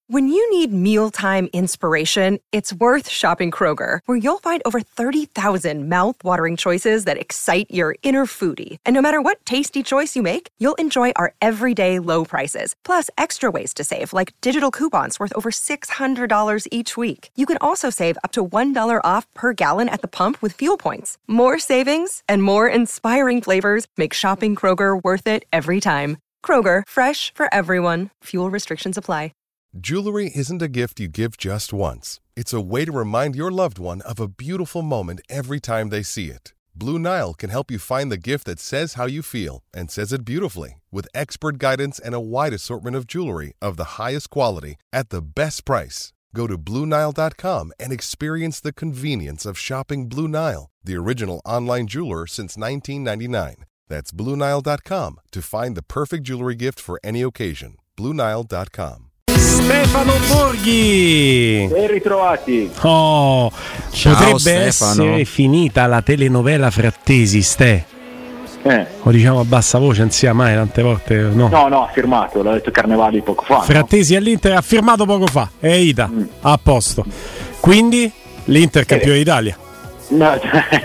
When you need mealtime inspiration, it's worth shopping Kroger, where you'll find over 30,000 mouth-watering choices that excite your inner foodie. And no matter what tasty choice you make, you'll enjoy our everyday low prices, plus extra ways to save, like digital coupons worth over $600 each week. You can also save up to $1 off per gallon at the pump with fuel points. More savings and more inspiring flavors make shopping Kroger worth it every time. Kroger, fresh for everyone. Fuel restrictions apply. Jewelry isn't a gift you give just once. It's a way to remind your loved one of a beautiful moment every time they see it. Blue Nile can help you find the gift that says how you feel and says it beautifully, with expert guidance and a wide assortment of jewelry of the highest quality at the best price. Go to BlueNile.com and experience the convenience of shopping Blue Nile, the original online jeweler since 1999. That's BlueNile.com to find the perfect jewelry gift for any occasion. BlueNile.com. Stefano Borghi, ben ritrovati. Ciao, potrebbe Stefano. essere finita la telenovela Frattesi, Ste. Lo diciamo a bassa voce, non sia mai tante volte, no? No, ha firmato, l'ha detto Carnevali poco fa. Frattesi all'Inter ha firmato poco fa, è Ita, a posto. Quindi l'Inter campione d'Italia. No.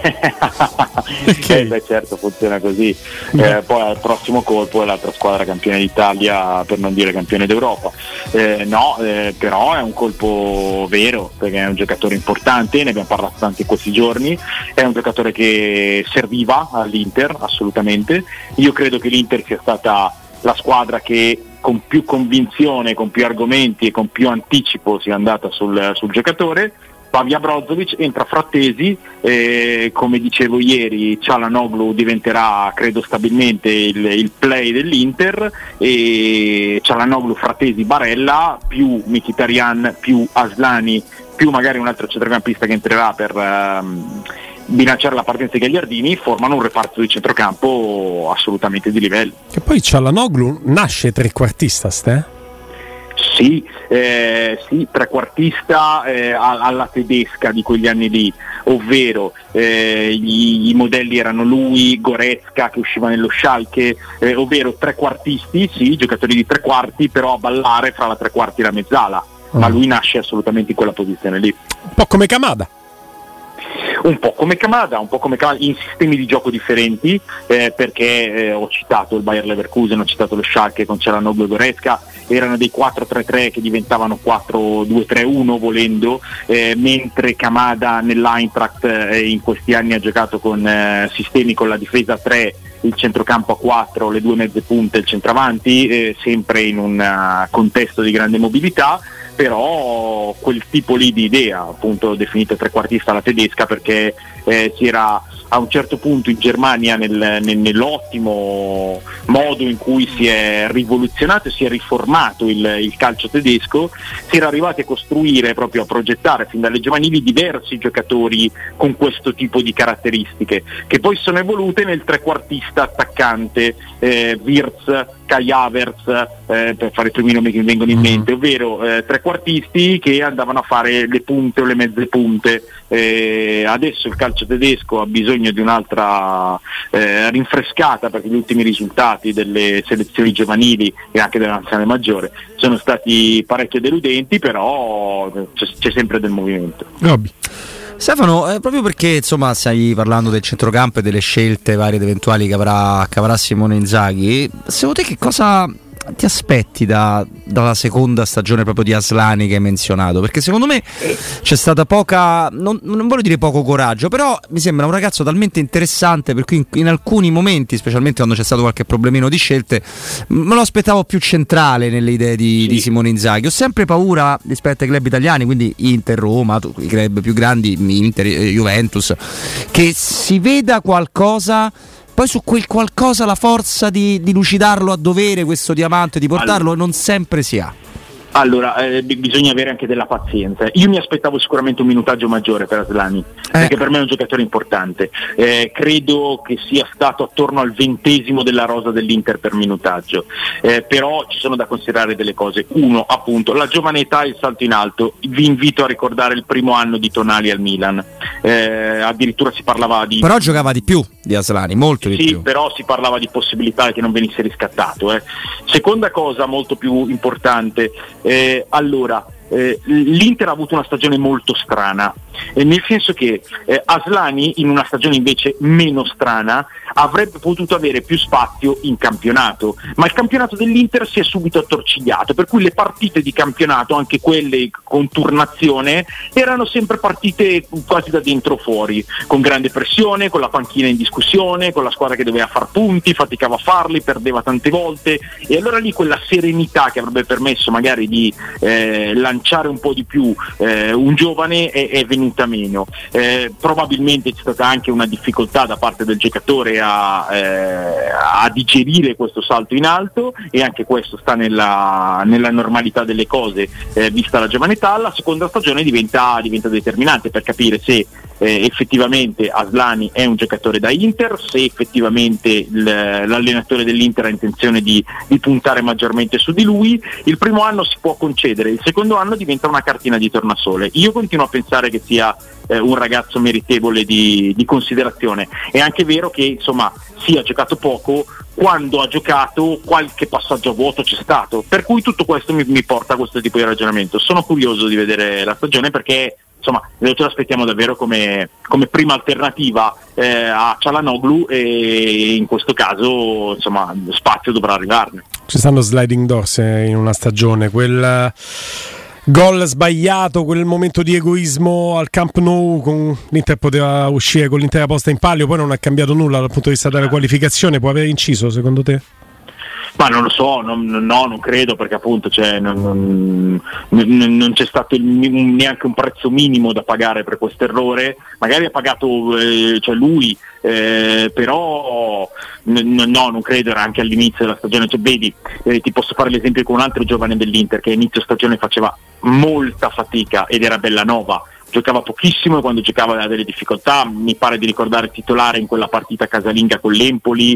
Beh, certo, funziona così. Poi al prossimo colpo è l'altra squadra campione d'Italia, per non dire campione d'Europa. Però è un colpo vero, perché è un giocatore importante, ne abbiamo parlato tanti in questi giorni, è un giocatore che serviva all'Inter, assolutamente. Io credo che l'Inter sia stata la squadra che con più convinzione, con più argomenti e con più anticipo sia andata sul giocatore. Va via Brozovic, entra Frattesi, come dicevo ieri Çalhanoğlu diventerà credo stabilmente il play dell'Inter, e Çalhanoğlu, Frattesi, Barella più Mkhitaryan più Aslani più magari un altro centrocampista che entrerà per bilanciare la partenza di Gagliardini formano un reparto di centrocampo assolutamente di livello. Che poi Çalhanoğlu nasce trequartista, Ste? Sì, trequartista alla tedesca di quegli anni lì, ovvero i modelli erano lui, Goretzka che usciva nello Schalke, ovvero trequartisti, sì, giocatori di tre quarti, però a ballare fra la tre quarti e la mezzala, ma lui nasce assolutamente in quella posizione lì. Un po' come Kamada. Un po' come Kamada, in sistemi di gioco differenti, perché ho citato il Bayer Leverkusen, ho citato lo Schalke con Çalhanoğlu e Goretzka, erano dei 4-3-3 che diventavano 4-2-3-1 volendo, mentre Kamada nell'Eintracht in questi anni ha giocato con sistemi con la difesa 3, il centrocampo a 4, le due mezze punte e il centravanti, sempre in un contesto di grande mobilità. Però quel tipo lì di idea, appunto definita trequartista alla tedesca, perché si era a un certo punto in Germania nell'ottimo modo in cui si è rivoluzionato e si è riformato il calcio tedesco, si era arrivati a costruire, proprio a progettare fin dalle giovanili diversi giocatori con questo tipo di caratteristiche, che poi sono evolute nel trequartista attaccante, Wirtz, Kai Havertz, per fare i primi nomi che mi vengono in mente, ovvero trequartisti che andavano a fare le punte o le mezze punte. Adesso il calcio tedesco ha bisogno di un'altra rinfrescata, perché gli ultimi risultati delle selezioni giovanili e anche della nazionale maggiore sono stati parecchio deludenti, però c'è sempre del movimento. Stefano, proprio perché insomma stai parlando del centrocampo e delle scelte varie ed eventuali che avrà Simone Inzaghi, secondo te che cosa ti aspetti dalla seconda stagione proprio di Aslani che hai menzionato? Perché secondo me c'è stata poca, non voglio dire poco coraggio, però mi sembra un ragazzo talmente interessante per cui in alcuni momenti, specialmente quando c'è stato qualche problemino di scelte, me lo aspettavo più centrale nelle idee di Simone Inzaghi. Ho sempre paura rispetto ai club italiani, quindi Inter, Roma, i club più grandi, Inter, Juventus, che si veda qualcosa. Poi su quel qualcosa la forza di lucidarlo a dovere, questo diamante, di portarlo, non sempre si ha. Allora, bisogna avere anche della pazienza. Io mi aspettavo sicuramente un minutaggio maggiore per Aslani, perché per me è un giocatore importante. Credo che sia stato attorno al 20° della rosa dell'Inter per minutaggio, però ci sono da considerare delle cose. Uno, appunto, la giovane età e il salto in alto. Vi invito a ricordare il primo anno di Tonali al Milan, addirittura si parlava di... Però giocava di più di Aslani, molto di più. Sì, però si parlava di possibilità che non venisse riscattato. Seconda cosa molto più importante, Allora, l'Inter ha avuto una stagione molto strana, nel senso che Aslani in una stagione invece meno strana avrebbe potuto avere più spazio in campionato, ma il campionato dell'Inter si è subito attorcigliato, per cui le partite di campionato, anche quelle con turnazione, erano sempre partite quasi da dentro fuori, con grande pressione, con la panchina in discussione, con la squadra che doveva far punti, faticava a farli, perdeva tante volte, e allora lì quella serenità che avrebbe permesso magari di lanciare un po' di più un giovane è venuta meno. Probabilmente c'è stata anche una difficoltà da parte del giocatore a digerire questo salto in alto, e anche questo sta nella normalità delle cose, vista la giovane età. La seconda stagione diventa determinante per capire se effettivamente Aslani è un giocatore da Inter, se effettivamente l'allenatore dell'Inter ha intenzione di puntare maggiormente su di lui. Il primo anno si può concedere, il secondo anno diventa una cartina di tornasole. Io continuo a pensare che sia un ragazzo meritevole di considerazione. È anche vero che insomma sì, ha giocato poco, quando ha giocato qualche passaggio a vuoto c'è stato, per cui tutto questo mi porta a questo tipo di ragionamento. Sono curioso di vedere la stagione, perché insomma ce l'aspettiamo davvero come prima alternativa a Çalhanoğlu, e in questo caso insomma spazio dovrà arrivarne. Ci stanno sliding doors in una stagione, quel gol sbagliato, quel momento di egoismo al Camp Nou, con l'Inter poteva uscire con l'intera posta in palio, poi non è cambiato nulla dal punto di vista della qualificazione. Può aver inciso secondo te? Ma non lo so, non credo, perché appunto non c'è stato neanche un prezzo minimo da pagare per questo errore. Magari ha pagato lui, però non credo, era anche all'inizio della stagione. Vedi, ti posso fare l'esempio con un altro giovane dell'Inter che a inizio stagione faceva molta fatica, ed era Bellanova. Giocava pochissimo, e quando giocava aveva delle difficoltà. Mi pare di ricordare titolare in quella partita casalinga con l'Empoli,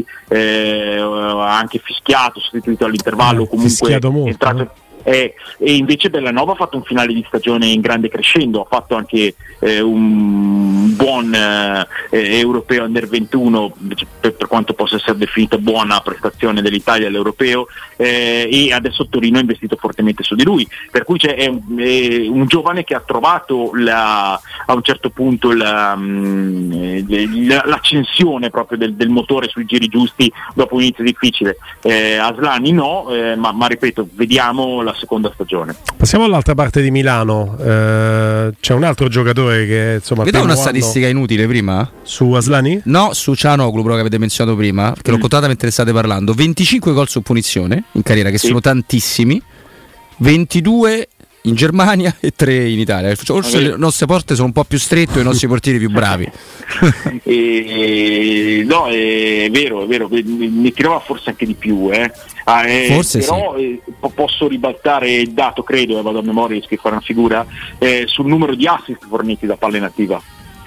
ha anche fischiato, sostituito all'intervallo, comunque molto, entrato. E invece Bellanova ha fatto un finale di stagione in grande crescendo, ha fatto anche un buon europeo under 21, per quanto possa essere definita buona prestazione dell'Italia all'europeo, e adesso Torino ha investito fortemente su di lui, per cui è un giovane che ha trovato a un certo punto l'accensione proprio del motore sui giri giusti dopo un inizio difficile. Aslani no, ma ripeto, vediamo la seconda stagione. Passiamo all'altra parte di Milano. C'è un altro giocatore che insomma. Vedo una statistica inutile prima su Aslani? No, su Çalhanoğlu, però, che avete menzionato prima, che l'ho contata mentre state parlando. 25 gol su punizione in carriera, che sono tantissimi. 22 in Germania e 3 in Italia. Forse le nostre porte sono un po' più strette e i nostri portieri più bravi. No, è vero, ne tirava forse anche di più, forse però sì. Posso ribaltare il dato, credo, vado a memoria che fare una figura, sul numero di assist forniti da Palle Nativa.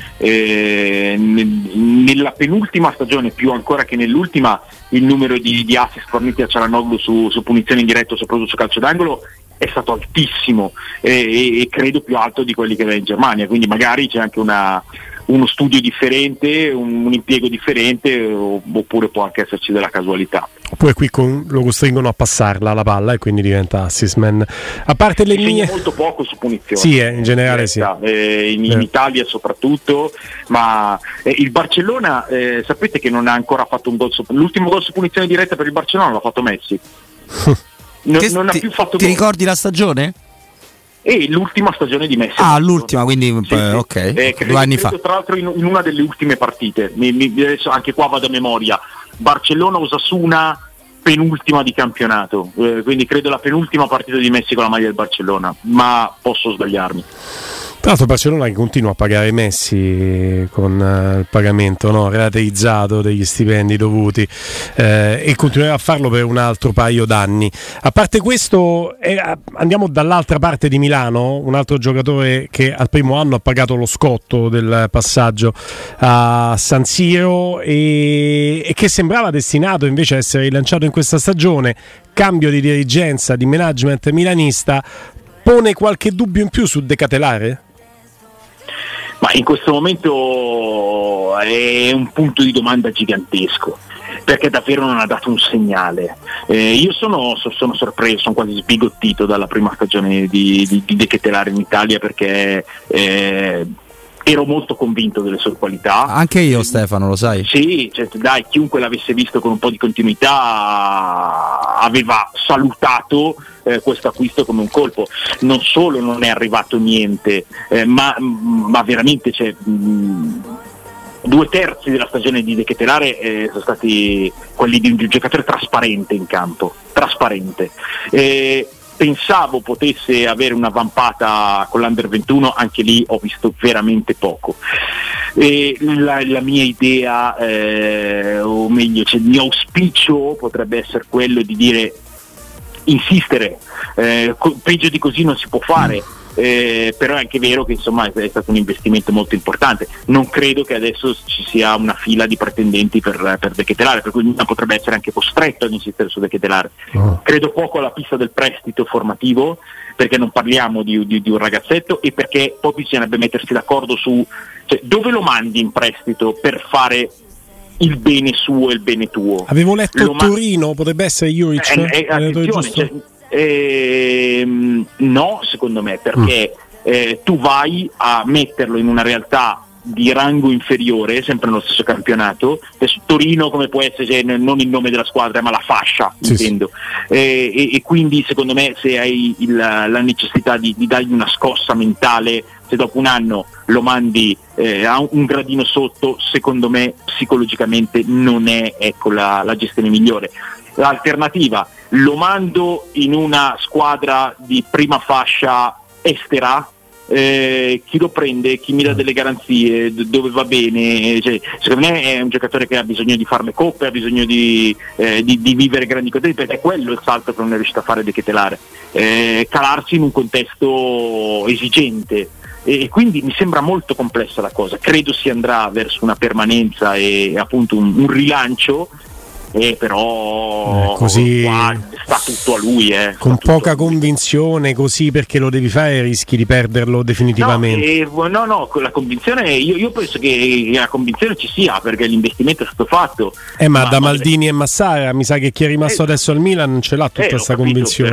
Nella penultima stagione, più ancora che nell'ultima, il numero di assist forniti a Çalhanoğlu su punizione in diretto, soprattutto su calcio d'angolo, è stato altissimo, e credo più alto di quelli che aveva in Germania, quindi magari c'è anche uno studio differente, un impiego differente, oppure può anche esserci della casualità. Poi qui lo costringono a passarla la palla, e quindi diventa assist man. A parte le mie molto poco su punizione. Sì, in generale sì. In Italia soprattutto, ma il Barcellona, sapete che non ha ancora fatto un gol l'ultimo gol su punizione diretta per il Barcellona l'ha fatto Messi. Non ha più fatto ti gol. Ricordi la stagione? E l'ultima stagione di Messi. L'ultima, quindi sì. Ok, 2 anni fa. Tra l'altro in una delle ultime partite, adesso anche qua vado a memoria, Barcellona-Osasuna, penultima di campionato, quindi credo la penultima partita di Messi con la maglia del Barcellona, ma posso sbagliarmi. Tra l'altro Barcellona che continua a pagare Messi con il pagamento, no, rateizzato degli stipendi dovuti, e continuerà a farlo per un altro paio d'anni. A parte questo, andiamo dall'altra parte di Milano, un altro giocatore che al primo anno ha pagato lo scotto del passaggio a San Siro e che sembrava destinato invece a essere rilanciato in questa stagione. Cambio di dirigenza, di management milanista, pone qualche dubbio in più su De Ketelaere? Ma in questo momento è un punto di domanda gigantesco, perché davvero non ha dato un segnale. Io sono sorpreso, sono quasi sbigottito dalla prima stagione di De Ketelaere in Italia, perché ero molto convinto delle sue qualità. Anche io, Stefano, lo sai. Sì, cioè, dai, chiunque l'avesse visto con un po' di continuità aveva salutato questo acquisto come un colpo. Non solo non è arrivato niente, ma veramente, cioè, 2/3 della stagione di De Ketelaere sono stati quelli di un giocatore trasparente in campo, trasparente. Pensavo potesse avere una vampata con l'Under 21, anche lì ho visto veramente poco. La mia idea, o meglio, cioè, il mio auspicio potrebbe essere quello di dire: insistere, peggio di così non si può fare. Però è anche vero che insomma è stato un investimento molto importante. Non credo che adesso ci sia una fila di pretendenti per De Ketelaere, per cui Milan potrebbe essere anche costretto ad insistere su De Ketelaere. Credo poco alla pista del prestito formativo, perché non parliamo di un ragazzetto, e perché poi bisognerebbe mettersi d'accordo su, cioè, dove lo mandi in prestito per fare il bene suo e il bene tuo. Avevo letto Torino, potrebbe essere Juric. Attenzione, no, secondo me, perché tu vai a metterlo in una realtà di rango inferiore, sempre nello stesso campionato. Adesso Torino come può essere, cioè, non il nome della squadra ma la fascia, sì, intendo. E quindi secondo me, se hai la necessità di dargli una scossa mentale, se dopo un anno lo mandi a un gradino sotto, secondo me psicologicamente non è, ecco, la gestione migliore. L'alternativa: lo mando in una squadra di prima fascia estera, chi lo prende, chi mi dà delle garanzie, dove va bene, cioè, secondo me è un giocatore che ha bisogno di fare le coppe, ha bisogno di vivere grandi contesti, perché è quello il salto che non è riuscito a fare De Ketelaere, calarsi in un contesto esigente. E quindi mi sembra molto complessa la cosa. Credo si andrà verso una permanenza e appunto un rilancio, però così qua sta tutto a lui, con poca convinzione, così, perché lo devi fare, rischi di perderlo definitivamente. No, con la convinzione io penso che la convinzione ci sia, perché l'investimento è stato fatto, ma da Maldini e Massara mi sa che chi è rimasto adesso al Milan non ce l'ha tutta questa convinzione.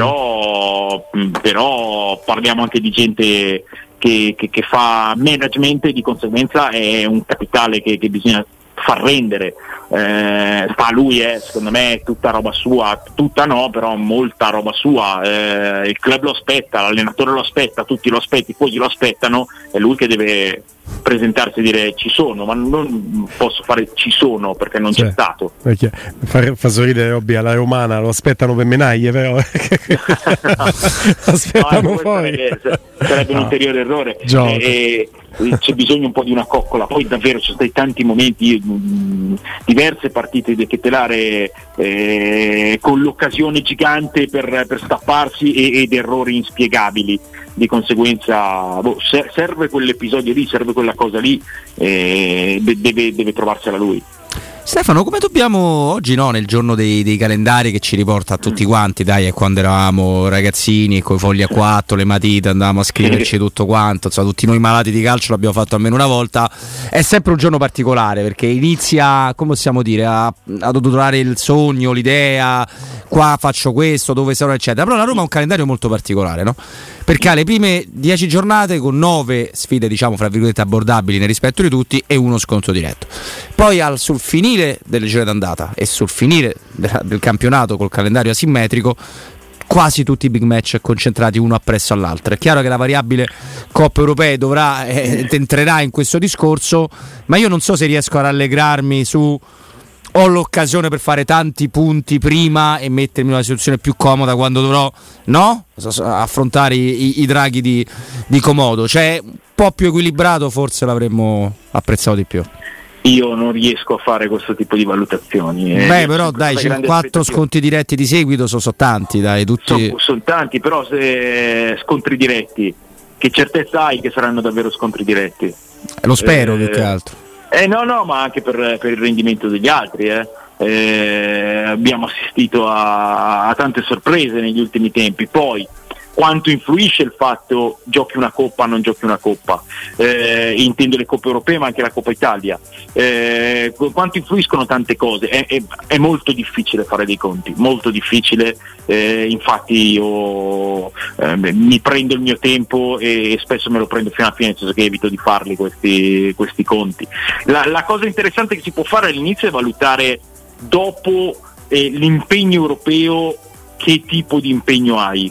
Però parliamo anche di gente che fa management, e di conseguenza è un capitale che bisogna far rendere. Sta a lui, secondo me, tutta roba sua, tutta no, però molta roba sua. Il club lo aspetta, l'allenatore lo aspetta, tutti lo aspetti, poi glielo aspettano, è lui che deve presentarsi e dire ci sono, ma non posso fare ci sono perché non c'è stato. Fa sorridere Robby, alla romana lo aspettano per menaglie, però aspettano poi. Sarebbe un ulteriore errore. C'è bisogno un po' di una coccola. Poi davvero ci sono stati tanti momenti, diverse partite di De Ketelaere con l'occasione gigante per stapparsi ed errori inspiegabili. Di conseguenza serve quell'episodio lì, serve quella cosa lì, deve trovarsela lui. Stefano, come dobbiamo oggi, no, nel giorno dei calendari che ci riporta a tutti quanti, dai, è quando eravamo ragazzini coi fogli a 4, le matite, andavamo a scriverci tutto quanto, insomma, tutti noi malati di calcio l'abbiamo fatto almeno una volta. È sempre un giorno particolare, perché inizia, come possiamo dire, ad odorare il sogno, l'idea, qua faccio questo, dove sarò, eccetera. Però la Roma ha un calendario molto particolare, no? Perché ha le prime 10 giornate con 9 sfide, diciamo, fra virgolette, abbordabili nel rispetto di tutti, e uno scontro diretto. Poi sul finire delle gire d'andata e sul finire del campionato col calendario asimmetrico, quasi tutti i big match concentrati uno appresso all'altro. È chiaro che la variabile Coppe Europee entrerà in questo discorso, ma io non so se riesco a rallegrarmi su ho l'occasione per fare tanti punti prima e mettermi in una situazione più comoda quando dovrò, no? Affrontare i draghi di Comodo. Cioè, un po' più equilibrato forse l'avremmo apprezzato di più. Io non riesco a fare questo tipo di valutazioni. Però dai, 4 sconti diretti di seguito sono tanti, dai, tutti. Sono tanti, però se scontri diretti, che certezza hai che saranno davvero scontri diretti? Lo spero, più che altro. No, ma anche per il rendimento degli altri. Abbiamo assistito a tante sorprese negli ultimi tempi. Poi quanto influisce il fatto giochi una coppa o non giochi una coppa, intendo le coppe europee ma anche la Coppa Italia, quanto influiscono tante cose. È molto difficile fare dei conti, molto difficile, infatti io mi prendo il mio tempo e spesso me lo prendo fino alla fine, nel senso che evito di farli questi conti. La cosa interessante che si può fare all'inizio è valutare dopo l'impegno europeo che tipo di impegno hai,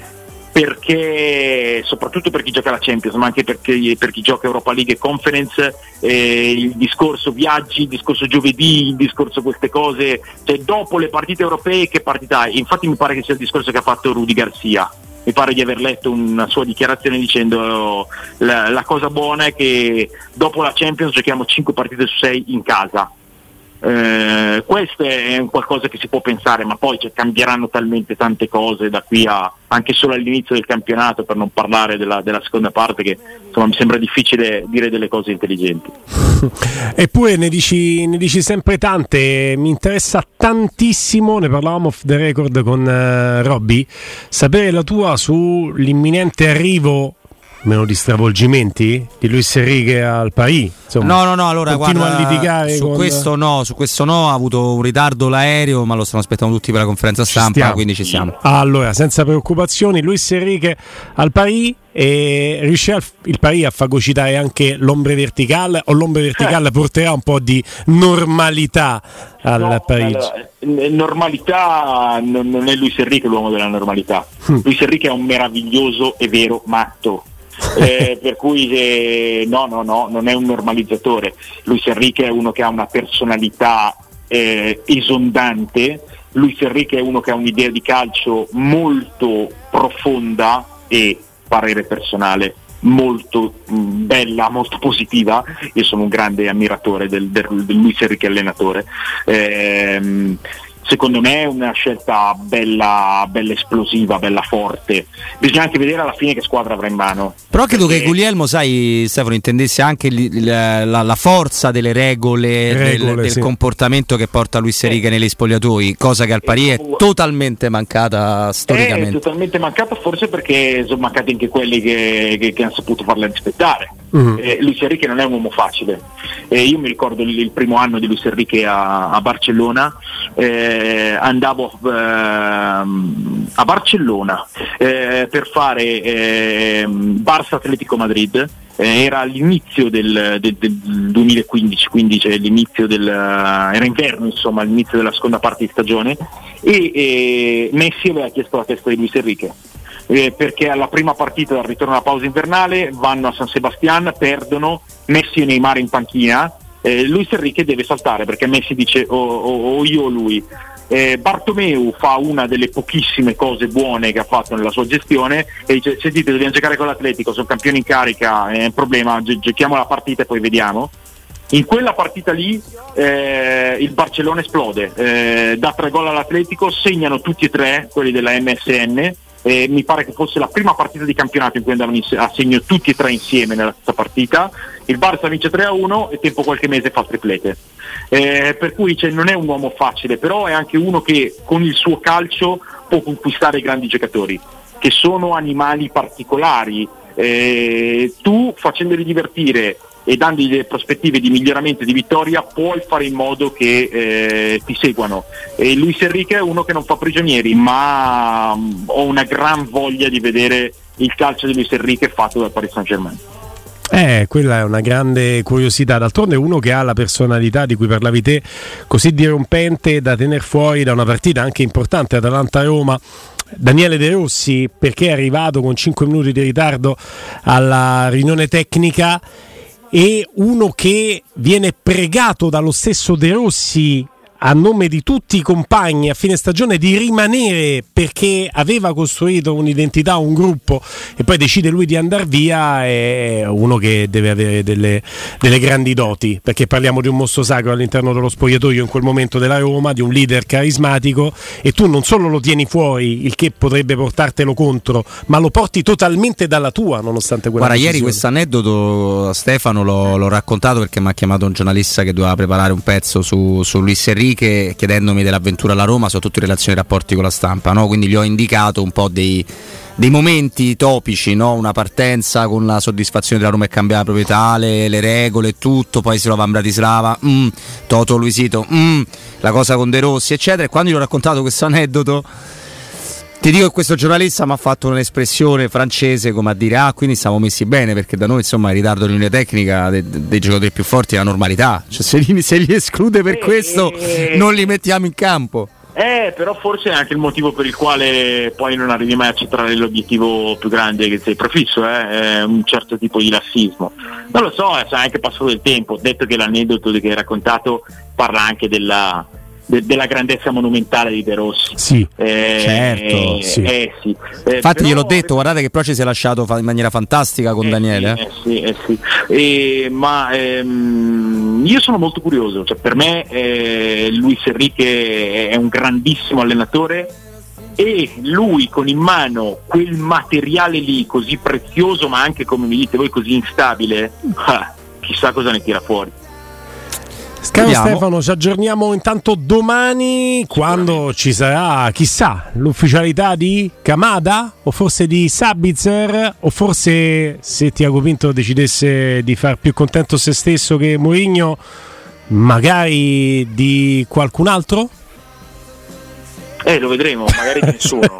perché soprattutto per chi gioca la Champions, ma anche per chi gioca Europa League e Conference, il discorso viaggi, il discorso giovedì, il discorso queste cose, cioè dopo le partite europee che partita hai? Infatti mi pare che sia il discorso che ha fatto Rudy Garcia, mi pare di aver letto una sua dichiarazione dicendo la cosa buona è che dopo la Champions giochiamo 5 partite su 6 in casa. Questo è un qualcosa che si può pensare, ma poi cambieranno talmente tante cose da qui a anche solo all'inizio del campionato, per non parlare della seconda parte, che insomma mi sembra difficile dire delle cose intelligenti. Eppure ne dici sempre tante. Mi interessa tantissimo, ne parlavamo off the record con Robby, sapere la tua sull'imminente arrivo, meno di stravolgimenti, di Luis Enrique al Paris. Insomma, no, allora continua guarda, a litigare su questo no, ha avuto un ritardo l'aereo, ma lo stanno aspettando tutti per la conferenza stampa, quindi ci siamo. Allora, senza preoccupazioni, Luis Enrique al Paris, e riuscirà il Paris a fagocitare anche l'ombre verticale, o l'ombre verticale porterà un po' di normalità al Paris? Allora, normalità non è Luis Enrique l'uomo della normalità. Luis Enrique è un meraviglioso e vero matto. Per cui no, non è un normalizzatore. Luis Enrique è uno che ha una personalità esondante. Luis Enrique è uno che ha un'idea di calcio molto profonda e, parere personale, molto bella, molto positiva. Io sono un grande ammiratore del Luis Enrique allenatore. Secondo me è una scelta bella esplosiva, bella forte. Bisogna anche vedere alla fine che squadra avrà in mano. Però credo che Guglielmo, sai Stefano, intendesse anche la forza delle regole del sì, comportamento che porta Luis Enrique negli spogliatoi, cosa che al Paris è totalmente mancata storicamente. È totalmente mancata, forse perché sono mancati anche quelli che hanno saputo farla rispettare. Luis Enrique non è un uomo facile. Io mi ricordo il primo anno di Luis Enrique a Barcellona. Andavo a Barcellona per fare Barça Atletico Madrid. Era all'inizio del 2015, quindi c'è l'inizio era inverno, insomma, all'inizio della seconda parte di stagione, e Messi aveva chiesto la testa di Luis Enrique. Perché alla prima partita del ritorno alla pausa invernale vanno a San Sebastián, perdono, Messi e Neymar in panchina, Luis Enrique deve saltare perché Messi dice o io o lui. Bartomeu fa una delle pochissime cose buone che ha fatto nella sua gestione e dice: sentite, dobbiamo giocare con l'Atletico, sono campioni in carica, è un problema, giochiamo la partita e poi vediamo. In quella partita lì il Barcellona esplode, dà 3 gol all'Atletico, segnano tutti e 3 quelli della MSN. Mi pare che fosse la prima partita di campionato in cui andavano a segno tutti e 3 insieme nella stessa partita. Il Barça vince 3-1 e tempo qualche mese fa triplete. Per cui non è un uomo facile, però è anche uno che con il suo calcio può conquistare grandi giocatori, che sono animali particolari. Tu, facendoli divertire e dandogli delle prospettive di miglioramento e di vittoria, puoi fare in modo che ti seguano. E Luis Enrique è uno che non fa prigionieri, ma ho una gran voglia di vedere il calcio di Luis Enrique fatto dal Paris Saint-Germain. Quella è una grande curiosità. D'altronde uno che ha la personalità di cui parlavi te, così dirompente da tener fuori da una partita anche importante, Atalanta-Roma, Daniele De Rossi, perché è arrivato con 5 minuti di ritardo alla riunione tecnica, e uno che viene pregato dallo stesso De Rossi a nome di tutti i compagni a fine stagione di rimanere perché aveva costruito un'identità, un gruppo, e poi decide lui di andare via. È uno che deve avere delle grandi doti, perché parliamo di un mostro sacro all'interno dello spogliatoio in quel momento della Roma, di un leader carismatico, e tu non solo lo tieni fuori, il che potrebbe portartelo contro, ma lo porti totalmente dalla tua, nonostante quella decisione. Ieri questo aneddoto, Stefano, l'ho raccontato perché mi ha chiamato un giornalista che doveva preparare un pezzo su Luis Enrique, chiedendomi dell'avventura alla Roma, soprattutto in relazione ai rapporti con la stampa, no? Quindi gli ho indicato un po' dei dei momenti topici, no? Una partenza con la soddisfazione della Roma e cambiare la proprietà, le regole e tutto, poi si trova a Bratislava, Toto Luisito, la cosa con De Rossi eccetera, e quando gli ho raccontato questo aneddoto ti dico che questo giornalista mi ha fatto un'espressione francese come a dire quindi siamo messi bene, perché da noi insomma il ritardo di linea tecnica dei giocatori più forti è la normalità, cioè se li esclude per questo non li mettiamo in campo. Però forse è anche il motivo per il quale poi non arrivi mai a centrare l'obiettivo più grande che sei profisso, un certo tipo di lassismo. Non lo so, è anche passato del tempo, detto che l'aneddoto che hai raccontato parla anche della grandezza monumentale di De Rossi. Sì, certo. Sì. Sì. Infatti gliel'ho detto, guardate che Proce si è lasciato in maniera fantastica con Daniele. Sì. Io sono molto curioso, cioè, per me Luis Enrique è un grandissimo allenatore, e lui con in mano quel materiale lì così prezioso, ma anche, come mi dite voi, così instabile, chissà cosa ne tira fuori. Caro Stefano, ci aggiorniamo intanto domani, quando ci sarà, chissà, l'ufficialità di Kamada o forse di Sabitzer, o forse, se Tiago Pinto decidesse di far più contento se stesso che Mourinho, magari di qualcun altro? Lo vedremo, magari nessuno.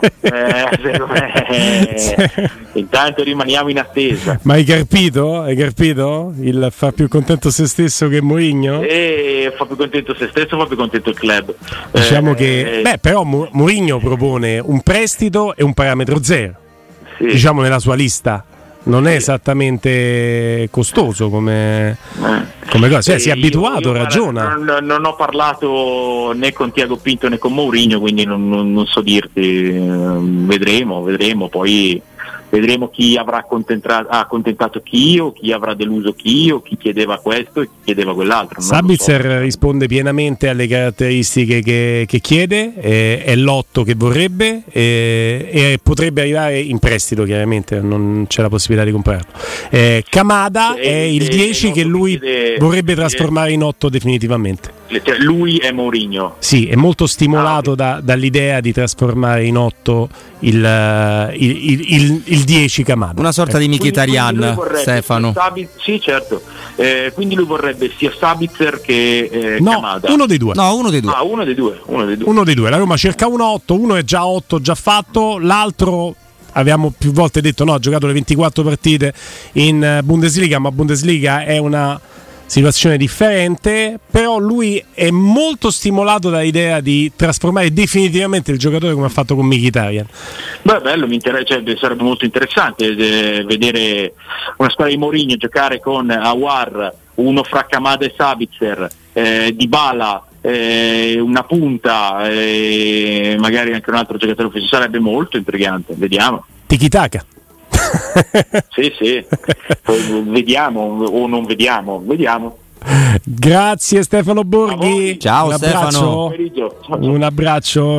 Intanto rimaniamo in attesa. Ma hai capito? Il fa più contento se stesso che Mourinho? Fa più contento se stesso, fa più contento il club. Diciamo che però Mourinho propone un prestito e un parametro zero, sì. Diciamo nella sua lista. Non è esattamente costoso come cosa, cioè si è abituato, ragiona. Non ho parlato né con Tiago Pinto né con Mourinho, quindi non so dirti. Vedremo, poi vedremo chi avrà accontentato chi, o chi avrà deluso chi, o chi chiedeva questo e chi chiedeva quell'altro. Sabitzer risponde pienamente alle caratteristiche che chiede, è l'8 che vorrebbe, e potrebbe arrivare in prestito, chiaramente non c'è la possibilità di comprarlo. Kamada è il 10 che lui vorrebbe trasformare in 8 definitivamente. Cioè, lui è Mourinho. Sì, è molto stimolato dall'idea di trasformare in 8 il 10 Kamada. Una sorta di Mkhitaryan, Stefano. Sì, certo. Quindi lui vorrebbe sia Sabitzer che Kamada. Uno dei due. Uno dei due. Uno dei due. La Roma cerca un 8, uno è già 8, già fatto, l'altro abbiamo più volte detto ha giocato le 24 partite in Bundesliga, ma Bundesliga è una situazione differente, però lui è molto stimolato dall'idea di trasformare definitivamente il giocatore, come ha fatto con Mkhitaryan. Bello, sarebbe molto interessante vedere una squadra di Mourinho giocare con Aouar, uno fra Kamada e Sabitzer, Dybala, una punta, magari anche un altro giocatore offensivo. Sarebbe molto intrigante, vediamo. Tiki-taka. Sì. Poi vediamo o non vediamo. Grazie Stefano Borghi. Ciao Stefano. Un abbraccio.